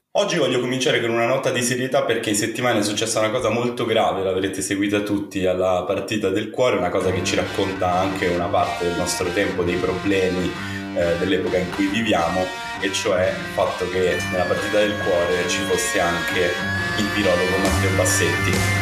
Oggi voglio cominciare con una nota di serietà perché in settimana è successa una cosa molto grave, l'avrete seguita tutti alla partita del cuore, una cosa che ci racconta anche una parte del nostro tempo, dei problemi dell'epoca in cui viviamo, e cioè il fatto che nella partita del cuore ci fosse anche il virologo Matteo Bassetti.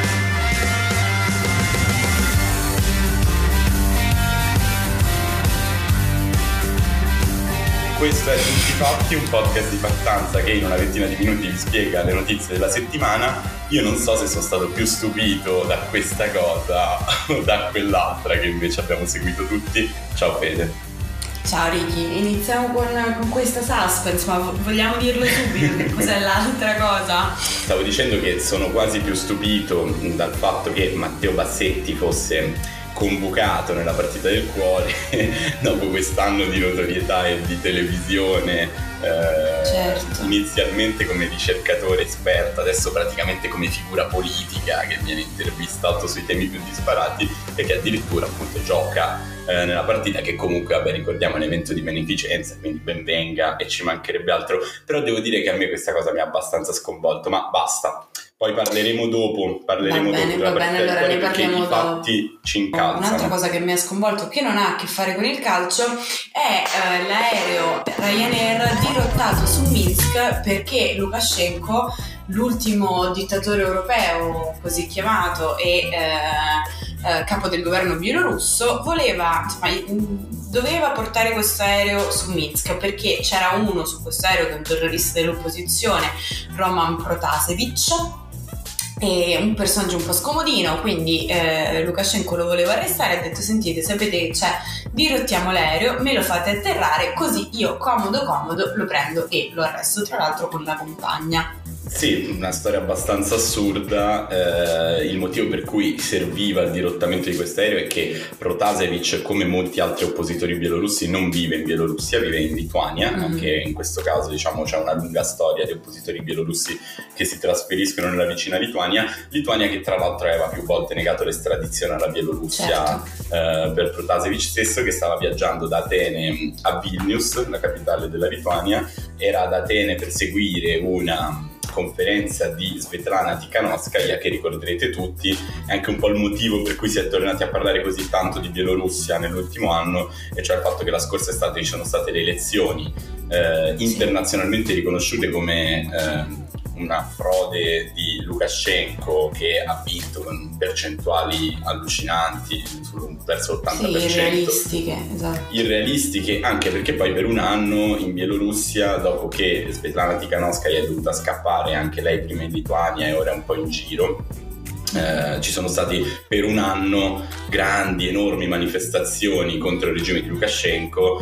Questo è Tutti Fatti, un podcast di partenza che in una ventina di minuti vi spiega le notizie della settimana. Io non so se sono stato più stupito da questa cosa o da quell'altra che invece abbiamo seguito tutti. Ciao Fede. Ciao Ricky, iniziamo con questa suspense, ma vogliamo dirlo subito che cos'è l'altra cosa? Stavo dicendo che sono quasi più stupito dal fatto che Matteo Bassetti fosse convocato nella partita del cuore dopo quest'anno di notorietà e di televisione, certo. Inizialmente come ricercatore esperto, adesso praticamente come figura politica che viene intervistato sui temi più disparati e che addirittura appunto gioca nella partita, che comunque, vabbè, ricordiamo, è un evento di beneficenza, quindi ben venga e ci mancherebbe altro. Però devo dire che a me questa cosa mi ha abbastanza sconvolto, ma basta. Poi parleremo dopo della partita del cuore, perché i fatti ci incalzano. Un'altra cosa che mi ha sconvolto, che non ha a che fare con il calcio, è l'aereo Ryanair dirottato su Minsk perché Lukashenko, l'ultimo dittatore europeo così chiamato e capo del governo bielorusso, doveva portare questo aereo su Minsk perché c'era uno su questo aereo che è un terrorista dell'opposizione, Roman Protasevich, è un personaggio un po' scomodino, quindi Lukashenko lo voleva arrestare e ha detto: sentite, sapete che c'è, dirottiamo l'aereo, me lo fate atterrare così io comodo lo prendo e lo arresto, tra l'altro con la compagna. Sì, una storia abbastanza assurda. Il motivo per cui serviva il dirottamento di quest'aereo è che Protasevich, come molti altri oppositori bielorussi, non vive in Bielorussia, vive in Lituania. Anche in questo caso, diciamo, c'è una lunga storia di oppositori bielorussi che si trasferiscono nella vicina Lituania che tra l'altro aveva più volte negato l'estradizione alla Bielorussia, certo. Per Protasevich stesso, che stava viaggiando da Atene a Vilnius, la capitale della Lituania. Era ad Atene per seguire una conferenza di Svetlana Tikhanovskaya, che ricorderete tutti, è anche un po' il motivo per cui si è tornati a parlare così tanto di Bielorussia nell'ultimo anno, e cioè il fatto che la scorsa estate ci sono state le elezioni internazionalmente riconosciute come una frode di Lukashenko, che ha vinto con percentuali allucinanti, verso l'80%. Sì, irrealistiche, anche perché poi per un anno in Bielorussia, dopo che Svetlana Tikhanovskaya è dovuta scappare anche lei prima in Lituania e ora è un po' in giro, ci sono stati per un anno grandi, enormi manifestazioni contro il regime di Lukashenko,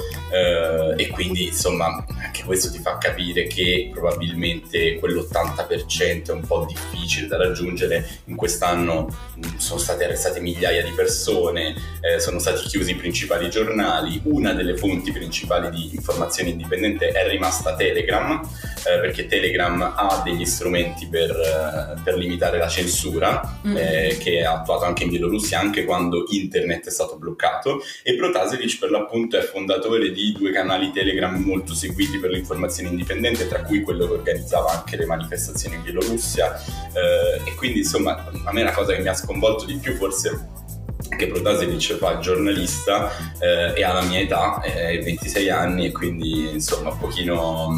e quindi insomma anche questo ti fa capire che probabilmente quell'80% è un po' difficile da raggiungere. In quest'anno sono state arrestate migliaia di persone, sono stati chiusi i principali giornali, una delle fonti principali di informazione indipendente è rimasta Telegram, perché Telegram ha degli strumenti per limitare la censura, che è attuato anche in Bielorussia, anche quando internet è stato bloccato. E Protasevich per l'appunto è fondatore di 2 canali Telegram molto seguiti per l'informazione indipendente, tra cui quello che organizzava anche le manifestazioni in Bielorussia, e quindi insomma a me la cosa che mi ha sconvolto di più forse che Protasevich fa il giornalista, e ha la mia età, 26 anni, e quindi insomma un pochino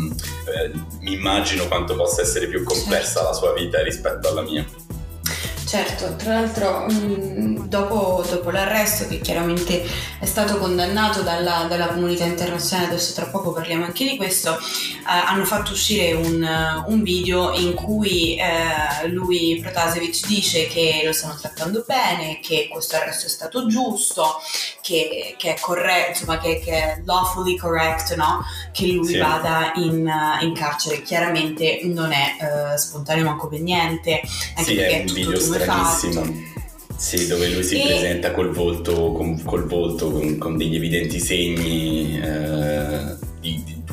mi immagino quanto possa essere più complessa la sua vita rispetto alla mia. Certo, tra l'altro dopo l'arresto, che chiaramente è stato condannato dalla comunità internazionale, adesso tra poco parliamo anche di questo, hanno fatto uscire un video in cui Protasevich dice che lo stanno trattando bene, che questo arresto è stato giusto, che è corretto, insomma che è lawfully correct, no? Che lui vada in carcere. Chiaramente non è spontaneo manco per niente, anche perché è un video stranissimo. Sì, dove lui si presenta col volto con degli evidenti segni di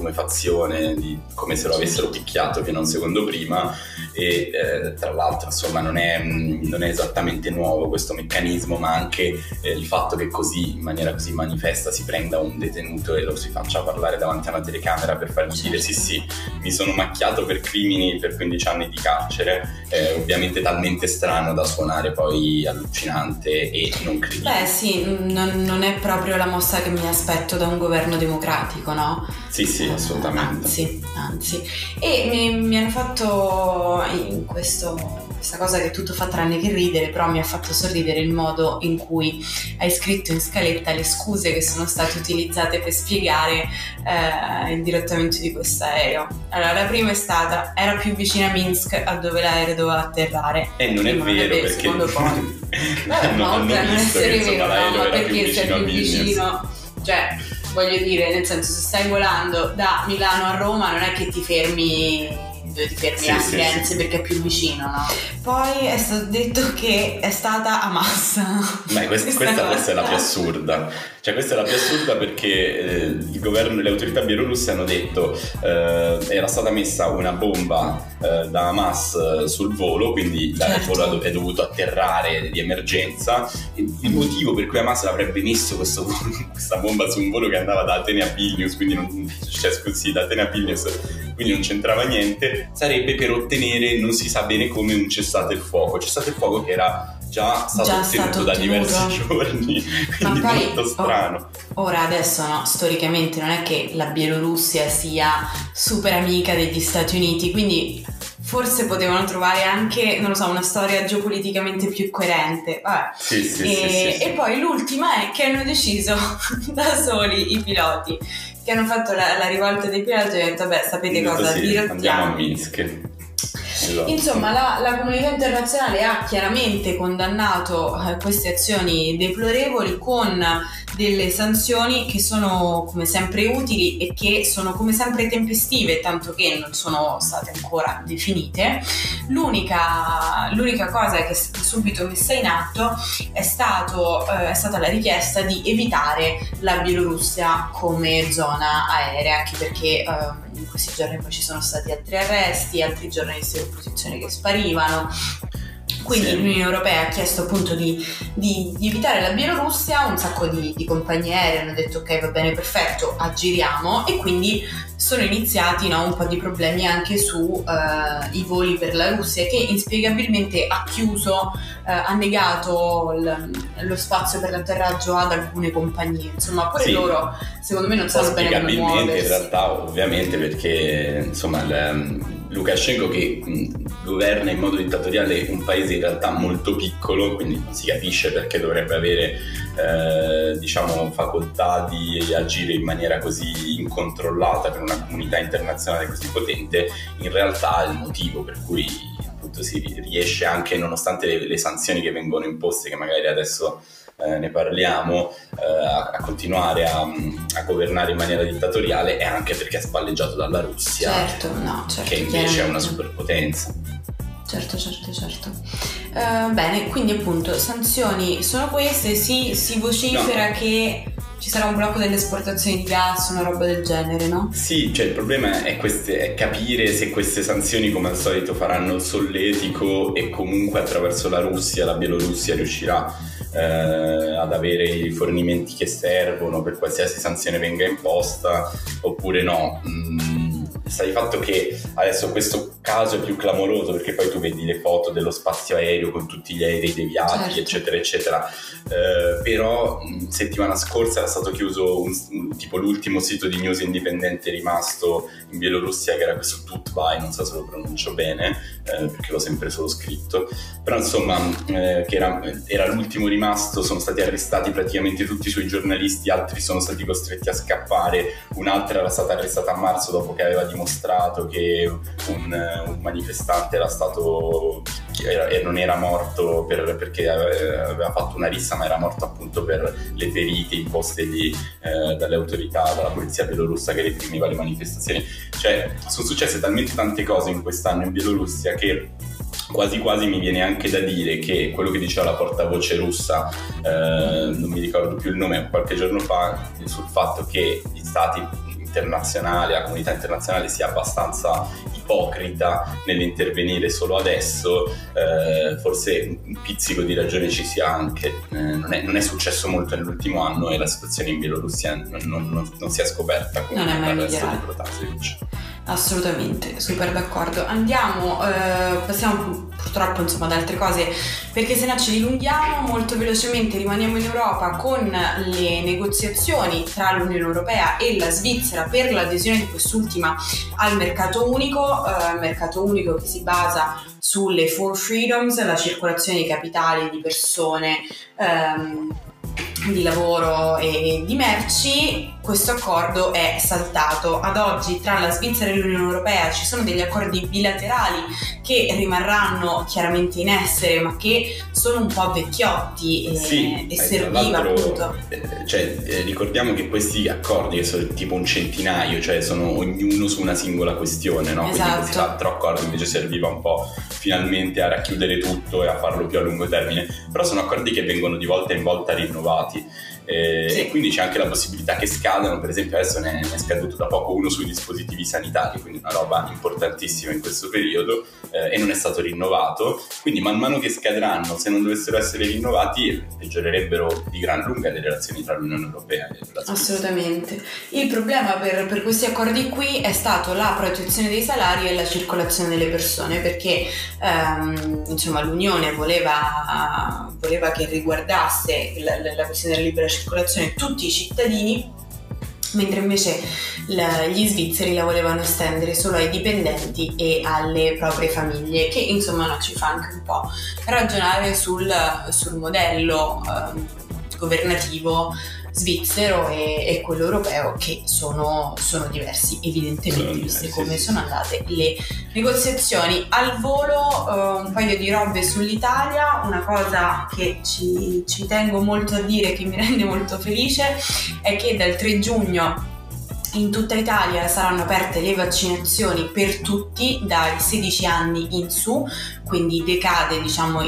tumefazione, come se lo avessero picchiato fino a un secondo prima, e tra l'altro insomma non è esattamente nuovo questo meccanismo, ma anche il fatto che così, in maniera così manifesta, si prenda un detenuto e lo si faccia parlare davanti a una telecamera per fargli dire sì, mi sono macchiato per crimini per 15 anni di carcere, è ovviamente talmente strano da suonare poi allucinante e non credibile. Beh sì, non è proprio la mossa che mi aspetto da un governo democratico, no? Sì, assolutamente. Anzi. E mi hanno fatto in questa cosa che tutto fa tranne che ridere, però mi ha fatto sorridere il modo in cui hai scritto in scaletta le scuse che sono state utilizzate per spiegare il direttamento di questo aereo. Allora, la prima è stata: era più vicina a Minsk, a dove l'aereo doveva atterrare. E non è vero, perché secondo poi non essere vero, no, ma perché sei più vicino, cioè voglio dire, nel senso, se stai volando da Milano a Roma non è che ti fermi a Firenze perché è più vicino, no? Poi è stato detto che è stata a massa. Beh, questa forse è la più assurda. Cioè, questa è la più assurda perché il governo e le autorità bielorusse hanno detto era stata messa una bomba da Hamas sul volo, quindi il volo è dovuto atterrare di emergenza. Il motivo per cui Hamas avrebbe messo questa bomba su un volo che andava da Atene a Vilnius, quindi da Atene a Vilnius, quindi non c'entrava niente, sarebbe per ottenere, non si sa bene come, un cessate il fuoco che era già stato ottenuto da diversi giorni, quindi poi, molto strano. Ora adesso no, storicamente non è che la Bielorussia sia super amica degli Stati Uniti, quindi forse potevano trovare anche, non lo so, una storia geopoliticamente più coerente. Vabbè. Sì. E poi l'ultima è che hanno deciso da soli i piloti, che hanno fatto la rivolta dei piloti e hanno detto: beh, sapete cosa, andiamo a Minsk. Esatto. Insomma, la comunità internazionale ha chiaramente condannato queste azioni deplorevoli con delle sanzioni che sono come sempre utili e che sono come sempre tempestive, tanto che non sono state ancora definite. L'unica cosa che è stata subito messa in atto è stata la richiesta di evitare la Bielorussia come zona aerea, anche perché in questi giorni poi ci sono stati altri arresti, altri giornalisti dell'opposizione che sparivano. Quindi l'Unione Europea ha chiesto appunto di evitare la Bielorussia, un sacco di compagnie aeree hanno detto ok, va bene, perfetto, aggiriamo, e quindi sono iniziati un po' di problemi anche su i voli per la Russia, che inspiegabilmente ha chiuso, ha negato lo spazio per l'atterraggio ad alcune compagnie. Insomma, pure loro secondo me non sanno bene come muoversi. In realtà, ovviamente, perché insomma Lukashenko, che governa in modo dittatoriale un paese in realtà molto piccolo, quindi non si capisce perché dovrebbe avere facoltà di agire in maniera così incontrollata per una comunità internazionale così potente. In realtà il motivo per cui appunto si riesce, anche nonostante le sanzioni che vengono imposte, che magari adesso ne parliamo, a continuare a governare in maniera dittatoriale, è anche perché è spalleggiato dalla Russia, certo, che invece è una superpotenza. Certo. Bene, quindi appunto sanzioni sono queste, si vocifera che ci sarà un blocco delle esportazioni di gas, una roba del genere, no? Sì, cioè il problema è capire se queste sanzioni, come al solito, faranno il solletico e comunque attraverso la Bielorussia riuscirà ad avere i fornimenti che servono per qualsiasi sanzione venga imposta, oppure no. Sta di fatto che adesso questo caso è più clamoroso perché poi tu vedi le foto dello spazio aereo con tutti gli aerei deviati, eccetera eccetera, però settimana scorsa era stato chiuso tipo l'ultimo sito di news indipendente rimasto in Bielorussia, che era questo Tutvai, non so se lo pronuncio bene perché l'ho sempre solo scritto, però insomma che era l'ultimo rimasto. Sono stati arrestati praticamente tutti i suoi giornalisti, altri sono stati costretti a scappare, un'altra era stata arrestata a marzo dopo che aveva dimostrato che un manifestante non era morto perché aveva fatto una rissa, ma era morto appunto per le ferite imposte dalle autorità, dalla polizia bielorussa che reprimeva le manifestazioni. Cioè, sono successe talmente tante cose in quest'anno in Bielorussia che quasi quasi mi viene anche da dire che quello che diceva la portavoce russa, non mi ricordo più il nome, qualche giorno fa, sul fatto che gli stati internazionale, la comunità internazionale sia abbastanza ipocrita nell'intervenire solo adesso, forse un pizzico di ragione ci sia anche. Non è successo molto nell'ultimo anno e la situazione in Bielorussia non si è scoperta come l'arresto di Protasevich. Assolutamente, super d'accordo. Passiamo purtroppo ad altre cose, perché se no ci dilunghiamo. Molto velocemente rimaniamo in Europa con le negoziazioni tra l'Unione Europea e la Svizzera per l'adesione di quest'ultima al mercato unico che si basa sulle Four Freedoms, la circolazione di capitali, di persone, di lavoro e di merci. Questo accordo è saltato. Ad oggi tra la Svizzera e l'Unione Europea ci sono degli accordi bilaterali che rimarranno chiaramente in essere, ma che sono un po' vecchiotti e serviva appunto. Ricordiamo che questi accordi, che sono tipo un centinaio, cioè sono ognuno su una singola questione, no? Esatto. Quindi questi 4 accordi invece serviva un po' finalmente a racchiudere tutto e a farlo più a lungo termine, però sono accordi che vengono di volta in volta rinnovati. E quindi c'è anche la possibilità che scadano. Per esempio adesso ne è scaduto da poco uno sui dispositivi sanitari, quindi una roba importantissima in questo periodo, e non è stato rinnovato, quindi man mano che scadranno, se non dovessero essere rinnovati, peggiorerebbero di gran lunga le relazioni tra l'Unione Europea e la Svizzera. Assolutamente. Il problema per questi accordi qui è stato la protezione dei salari e la circolazione delle persone, perché l'Unione voleva che riguardasse la questione della libera circolazione tutti i cittadini, mentre invece gli svizzeri la volevano estendere solo ai dipendenti e alle proprie famiglie, che ci fa anche un po' ragionare sul modello governativo svizzero e quello europeo, che sono diversi evidentemente, viste come sono andate le negoziazioni. Al volo un paio di robe sull'Italia. Una cosa che ci tengo molto a dire, che mi rende molto felice, è che dal 3 giugno in tutta Italia saranno aperte le vaccinazioni per tutti dai 16 anni in su, quindi decade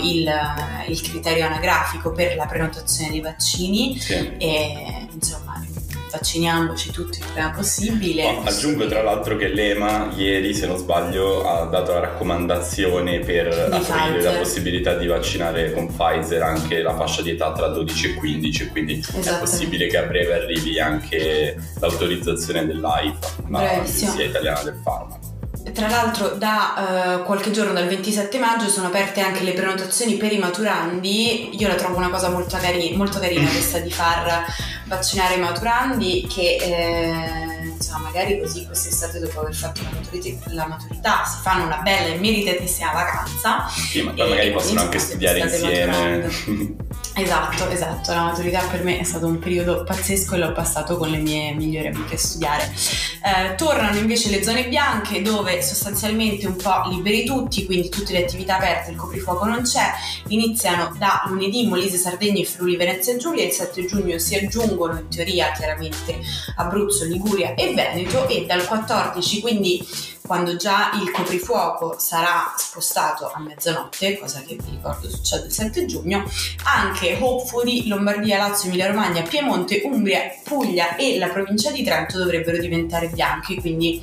il criterio anagrafico per la prenotazione dei vaccini. E vacciniamoci tutti il prima possibile. Aggiungo tra l'altro che l'EMA ieri, se non sbaglio, ha dato la raccomandazione per aprire la possibilità di vaccinare con Pfizer anche la fascia di età tra 12 e 15, quindi è possibile che a breve arrivi anche l'autorizzazione dell'AIFA, l'Agenzia Italiana del Farmaco. Tra l'altro da qualche giorno, dal 27 maggio, sono aperte anche le prenotazioni per i maturandi. Io la trovo una cosa molto carina questa di far vaccinare i maturandi, che magari così quest'estate, dopo aver fatto la maturità, si fanno una bella e meritatissima vacanza. Sì, ma poi magari possono anche studiare insieme. Esatto, la maturità per me è stato un periodo pazzesco e l'ho passato con le mie migliori amiche a studiare. Tornano invece le zone bianche, dove sostanzialmente un po' liberi tutti, quindi tutte le attività aperte, il coprifuoco non c'è. Iniziano da lunedì Molise, Sardegna e Friuli Venezia Giulia. Il 7 giugno si aggiungono in teoria chiaramente Abruzzo, Liguria e Veneto, e dal 14, quindi quando già il coprifuoco sarà spostato a mezzanotte, cosa che vi ricordo succede il 7 giugno, anche hopefully Lombardia, Lazio, Emilia Romagna, Piemonte, Umbria, Puglia e la provincia di Trento dovrebbero diventare bianchi. Quindi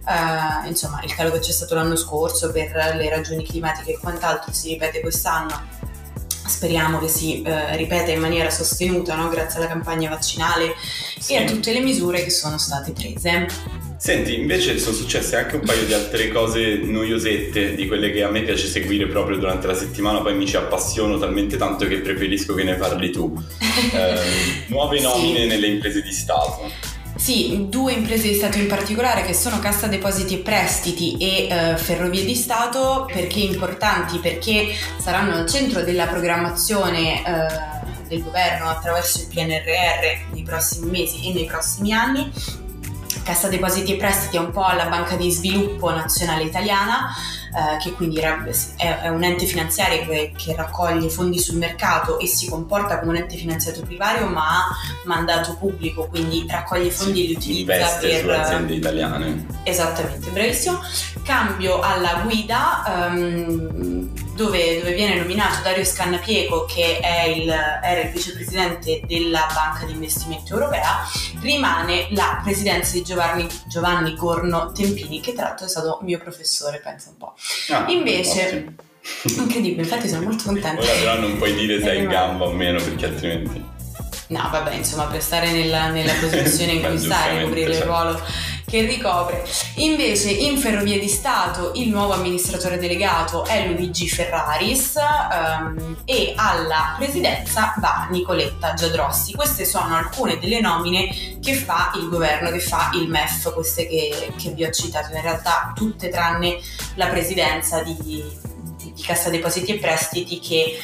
il calo che c'è stato l'anno scorso per le ragioni climatiche e quant'altro si ripete quest'anno. Speriamo che si ripeta in maniera sostenuta, no? Grazie alla campagna vaccinale e a tutte le misure che sono state prese. Senti, invece sono successe anche un paio di altre cose noiosette, di quelle che a me piace seguire proprio durante la settimana, poi mi ci appassiono talmente tanto che preferisco che ne parli tu. Nuove nomine nelle imprese di Stato. Sì, 2 imprese di Stato in particolare, che sono Cassa Depositi e Prestiti e Ferrovie di Stato. Perché importanti? Perché saranno al centro della programmazione del governo attraverso il PNRR nei prossimi mesi e nei prossimi anni. Cassa Depositi e Prestiti è un po' la banca di sviluppo nazionale italiana, che quindi è un ente finanziario che raccoglie fondi sul mercato e si comporta come un ente finanziato privario, ma ha mandato pubblico, quindi raccoglie fondi e li utilizza investe su aziende italiane. Esattamente, bravissimo. Cambio alla guida, dove viene nominato Dario Scannapieco, che era il vicepresidente della Banca di Investimento Europea, rimane la presidenza di Giovanni Gorno Tempini, che tra l'altro è stato mio professore, pensa un po'. Invece, incredibile, infatti sono molto contenta. Ora però non puoi dire se è in gamba o meno, perché altrimenti... No, vabbè, insomma, per stare nella posizione in cui sta e coprire il ruolo che ricopre. Invece in Ferrovie di Stato il nuovo amministratore delegato è Luigi Ferraris, e alla presidenza va Nicoletta Giadrossi. Queste sono alcune delle nomine che fa il governo, che fa il MEF, queste che vi ho citato, in realtà tutte tranne la presidenza di Cassa Depositi e Prestiti, che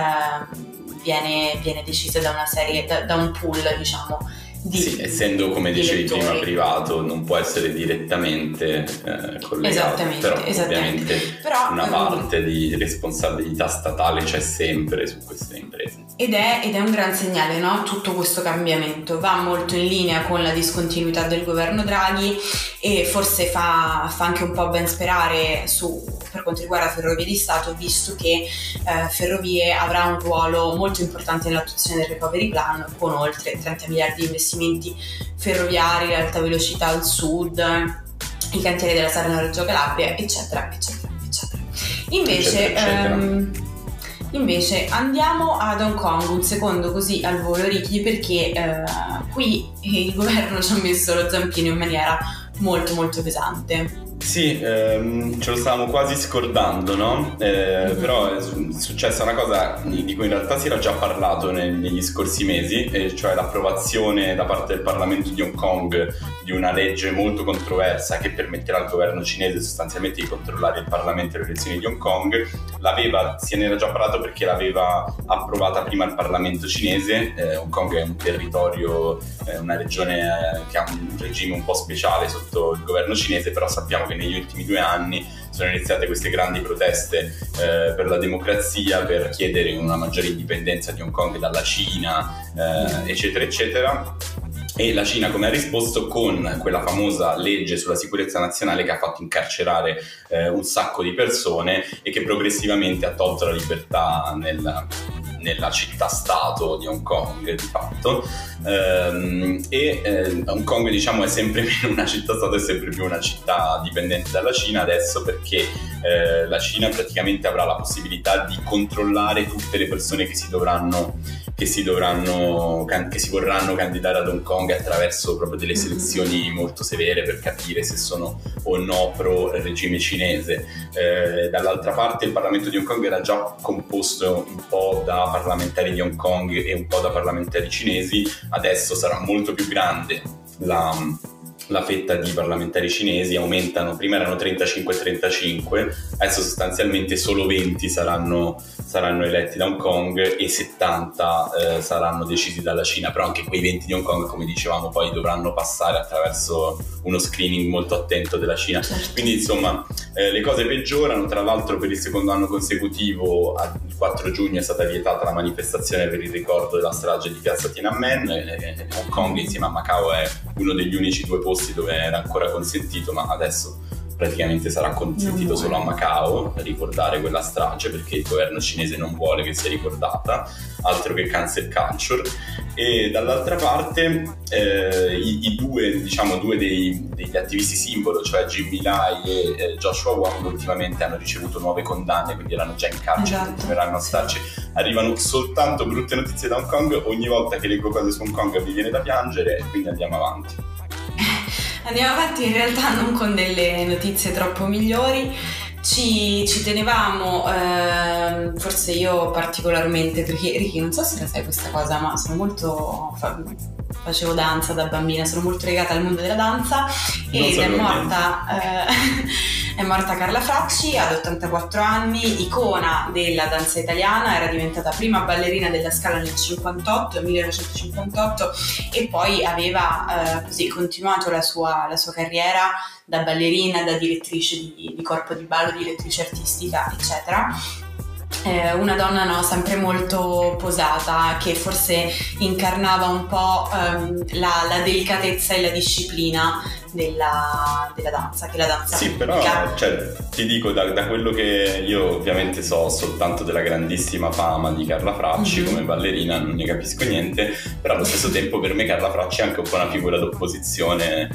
viene decisa da una serie, da un pool, diciamo, sì, essendo, come dicevi prima, privato, non può essere direttamente collegato. Esattamente. Però una parte di responsabilità statale c'è sempre su queste imprese. Ed è un gran segnale, no? Tutto questo cambiamento va molto in linea con la discontinuità del governo Draghi, e forse fa anche un po' ben sperare per quanto riguarda Ferrovie di Stato, visto che Ferrovie avrà un ruolo molto importante nell'attuazione del recovery plan, con oltre 30 miliardi di investimenti ferroviari, l'alta velocità al sud, i cantieri della Salerno-Reggio Calabria, eccetera, eccetera, eccetera. Invece andiamo ad Hong Kong, un secondo così al volo, Ricky, perché qui il governo ci ha messo lo zampino in maniera molto molto pesante. Sì, ce lo stavamo quasi scordando, no? Però è successa una cosa di cui in realtà si era già parlato negli scorsi mesi, cioè l'approvazione da parte del Parlamento di Hong Kong di una legge molto controversa che permetterà al governo cinese sostanzialmente di controllare il Parlamento e le elezioni di Hong Kong. Se ne era già parlato perché l'aveva approvata prima il Parlamento cinese. Hong Kong è un territorio, una regione che ha un regime un po' speciale sotto il governo cinese, però sappiamo che negli ultimi 2 anni sono iniziate queste grandi proteste per la democrazia, per chiedere una maggiore indipendenza di Hong Kong dalla Cina, eccetera eccetera. E la Cina come ha risposto? Con quella famosa legge sulla sicurezza nazionale che ha fatto incarcerare un sacco di persone e che progressivamente ha tolto la libertà nella città-stato di Hong Kong, di fatto. Hong Kong, diciamo, è sempre meno una città-stato, è sempre più una città dipendente dalla Cina adesso, perché la Cina praticamente avrà la possibilità di controllare tutte le persone che si vorranno candidare ad Hong Kong attraverso proprio delle selezioni molto severe per capire se sono o no pro regime cinese. Dall'altra parte il Parlamento di Hong Kong era già composto un po' da parlamentari di Hong Kong e un po' da parlamentari cinesi. Adesso sarà molto più grande la fetta di parlamentari cinesi, aumentano, prima erano 35-35, adesso sostanzialmente solo 20 saranno eletti da Hong Kong e 70 saranno decisi dalla Cina, però anche quei 20 di Hong Kong, come dicevamo, poi dovranno passare attraverso uno screening molto attento della Cina. Quindi insomma le cose peggiorano. Tra l'altro per il secondo anno consecutivo, il 4 giugno è stata vietata la manifestazione per il ricordo della strage di piazza Tiananmen. Hong Kong insieme a Macao è uno degli unici 2 posti dove era ancora consentito, ma adesso praticamente sarà consentito solo a Macao ricordare quella strage, perché il governo cinese non vuole che sia ricordata, altro che cancel culture. E dall'altra parte i due degli attivisti simbolo, cioè Jimmy Lai e Joshua Wong, ultimamente hanno ricevuto nuove condanne, quindi erano già in carcere, continueranno a starci. Arrivano soltanto brutte notizie da Hong Kong, ogni volta che leggo cose su Hong Kong mi viene da piangere, e quindi andiamo avanti. Andiamo avanti, in realtà non con delle notizie troppo migliori. Ci tenevamo, forse io particolarmente, perché Ricky, non so se la sai questa cosa, ma sono molto facevo danza da bambina, sono molto legata al mondo della danza, ed è morta Carla Fracci ad 84 anni, icona della danza italiana. Era diventata prima ballerina della Scala nel 1958, e poi aveva così continuato la sua carriera da ballerina, da direttrice di corpo di ballo, direttrice artistica, eccetera. Una donna sempre molto posata, che forse incarnava un po' la delicatezza e la disciplina della danza, che è la danza sì, però cioè, ti dico da quello che io ovviamente so soltanto della grandissima fama di Carla Fracci come ballerina, non ne capisco niente, però allo stesso tempo per me Carla Fracci è anche un po' una figura d'opposizione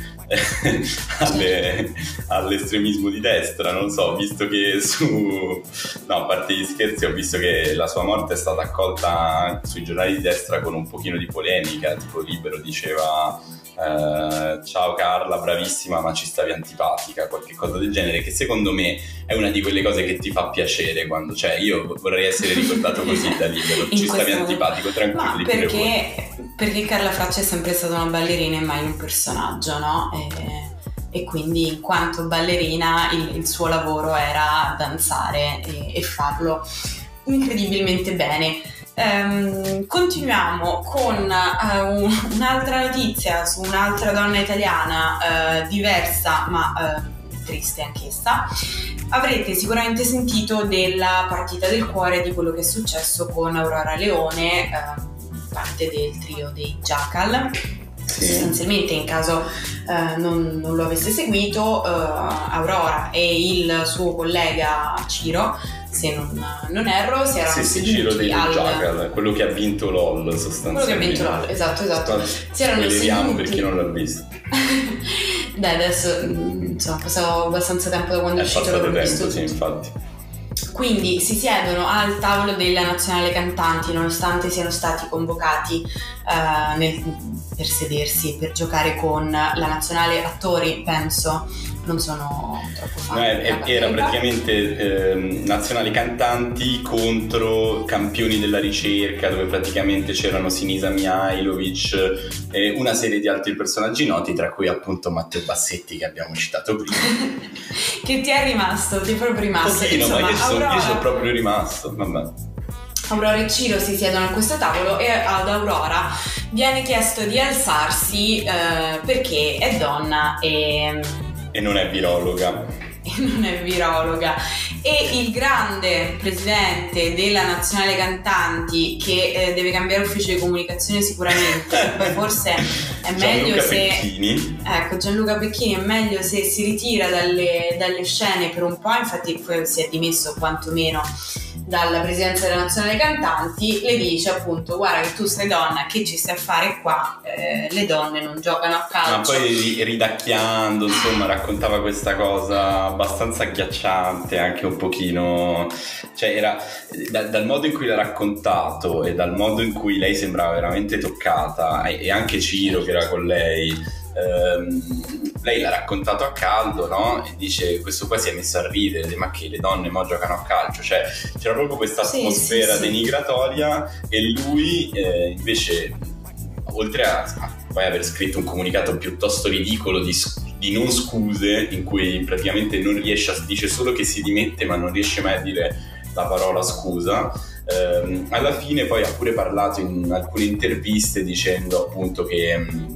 all'estremismo di destra, non so, visto che no, a parte gli scherzi, ho visto che la sua morte è stata accolta sui giornali di destra con un pochino di polemica, tipo Libero diceva ciao Carla, bravissima ma ci stavi antipatica, qualche cosa del genere, che secondo me è una di quelle cose che ti fa piacere quando, cioè io vorrei essere ricordato così da Libero, ci stavi antipatico, tranquillo. Ma perché Carla Fracci è sempre stata una ballerina e mai un personaggio, no? E quindi in quanto ballerina il suo lavoro era danzare e farlo incredibilmente bene. Continuiamo con un'altra notizia su un'altra donna italiana diversa ma triste anch'essa. Avrete sicuramente sentito della partita del cuore, di quello che è successo con Aurora Leone, parte del trio dei Jackal. Sì. Sostanzialmente, in caso non lo avesse seguito, Aurora e il suo collega Ciro, se non erro, si erano seduti Ciro dei Jackal, quello che ha vinto LOL sostanzialmente. Quello che ha vinto LOL, esatto. Si erano seduti per chi non l'ha visto. Beh, adesso insomma, passato abbastanza tempo da quando è uscito, l'ho visto. Sì, infatti. Quindi si siedono al tavolo della nazionale cantanti, nonostante siano stati convocati per sedersi e per giocare con la nazionale attori, penso. Non sono troppo fan. Era praticamente nazionali cantanti contro campioni della ricerca, dove praticamente c'erano Sinisa Mihajlovic e una serie di altri personaggi noti, tra cui appunto Matteo Bassetti, che abbiamo citato prima. Che ti è rimasto? Ti è proprio rimasto? Pochino, ma io sono proprio rimasto. Vabbè. Aurora e Ciro si siedono a questo tavolo e ad Aurora viene chiesto di alzarsi perché è donna e non è virologa. E il grande presidente della nazionale cantanti, che deve cambiare ufficio di comunicazione sicuramente, poi forse è meglio Gianluca Pecchini, è meglio se si ritira dalle scene per un po', infatti poi si è dimesso quantomeno dalla presidenza della nazionale cantanti, le dice appunto: guarda che tu sei donna, che ci stai a fare qua, le donne non giocano a calcio. Ma poi ridacchiando, insomma, raccontava questa cosa abbastanza agghiacciante, anche un pochino, cioè era dal modo in cui l'ha raccontato e dal modo in cui lei sembrava veramente toccata, e anche Ciro che era con lei. Lei l'ha raccontato a caldo, no? E dice: questo qua si è messo a ridere, ma che le donne mo giocano a calcio, cioè c'era proprio questa atmosfera denigratoria, e lui invece, oltre a poi aver scritto un comunicato piuttosto ridicolo di non scuse, in cui praticamente non riesce dice solo che si dimette ma non riesce mai a dire la parola scusa, alla fine poi ha pure parlato in alcune interviste dicendo appunto che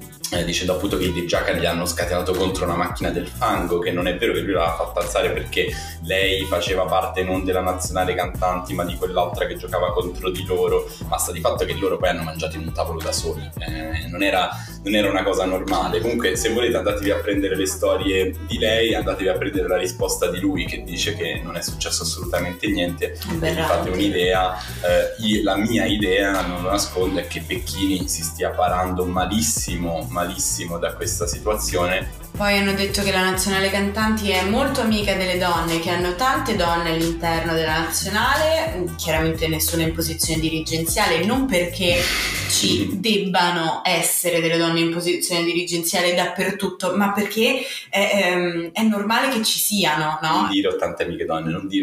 i dei Jackal gli hanno scatenato contro una macchina del fango, che non è vero che lui l'aveva fatta alzare perché lei faceva parte non della nazionale cantanti ma di quell'altra che giocava contro di loro, ma sta di fatto che loro poi hanno mangiato in un tavolo da soli, non era una cosa normale. Comunque, se volete, andatevi a prendere le storie di lei, andatevi a prendere la risposta di lui che dice che non è successo assolutamente niente, e vi fate un'idea. La mia idea, non lo nascondo, è che Pecchini si stia parando malissimo da questa situazione. Poi hanno detto che la nazionale cantanti è molto amica delle donne, che hanno tante donne all'interno della nazionale, chiaramente nessuna in posizione dirigenziale, non perché ci debbano essere delle donne in posizione dirigenziale dappertutto, ma perché è normale che ci siano, no? Non dire ho tante amiche donne, e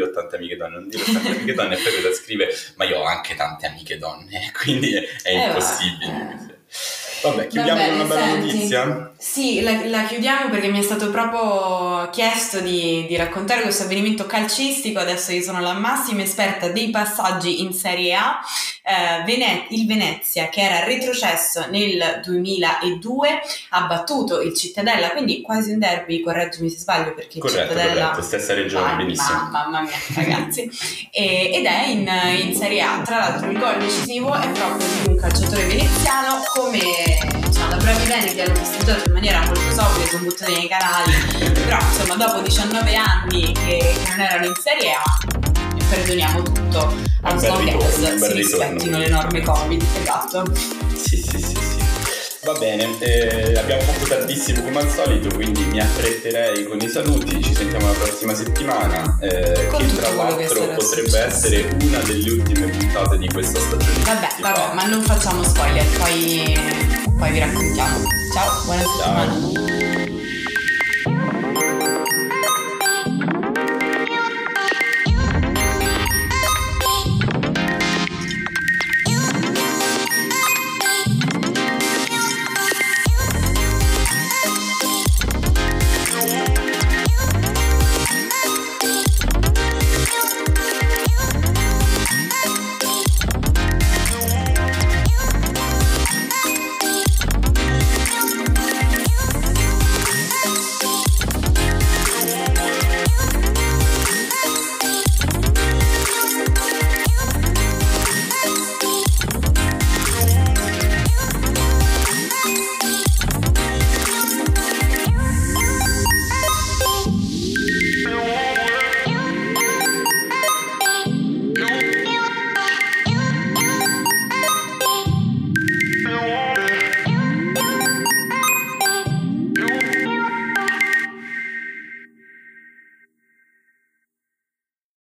poi cosa scrive: ma io ho anche tante amiche donne, quindi è impossibile. Vabbè, chiudiamo con una bella notizia? Sì, la chiudiamo perché mi è stato proprio chiesto di raccontare questo avvenimento calcistico. Adesso io sono la massima esperta dei passaggi in Serie A il Venezia, che era retrocesso nel 2002, ha battuto il Cittadella, quindi quasi un derby, correggimi se sbaglio, perché il Cittadella... stessa regione, benissimo. Mamma mia, ragazzi. Ed è in Serie A. Tra l'altro il gol decisivo è proprio di un calciatore veneziano, come da bravi veneti hanno festeggiato in maniera molto sobria, sono buttati nei canali, però insomma dopo 19 anni che non erano in Serie A, perdoniamo tutto a Snow, si rispettino le norme Covid. Esatto. Sì. Va bene, abbiamo fatto tardissimo come al solito, quindi mi affretterei con i saluti. Ci sentiamo la prossima settimana, che tra l'altro potrebbe essere una delle ultime puntate di questa stagione. Vabbè, ma non facciamo spoiler, poi vi raccontiamo. Ciao, buona settimana.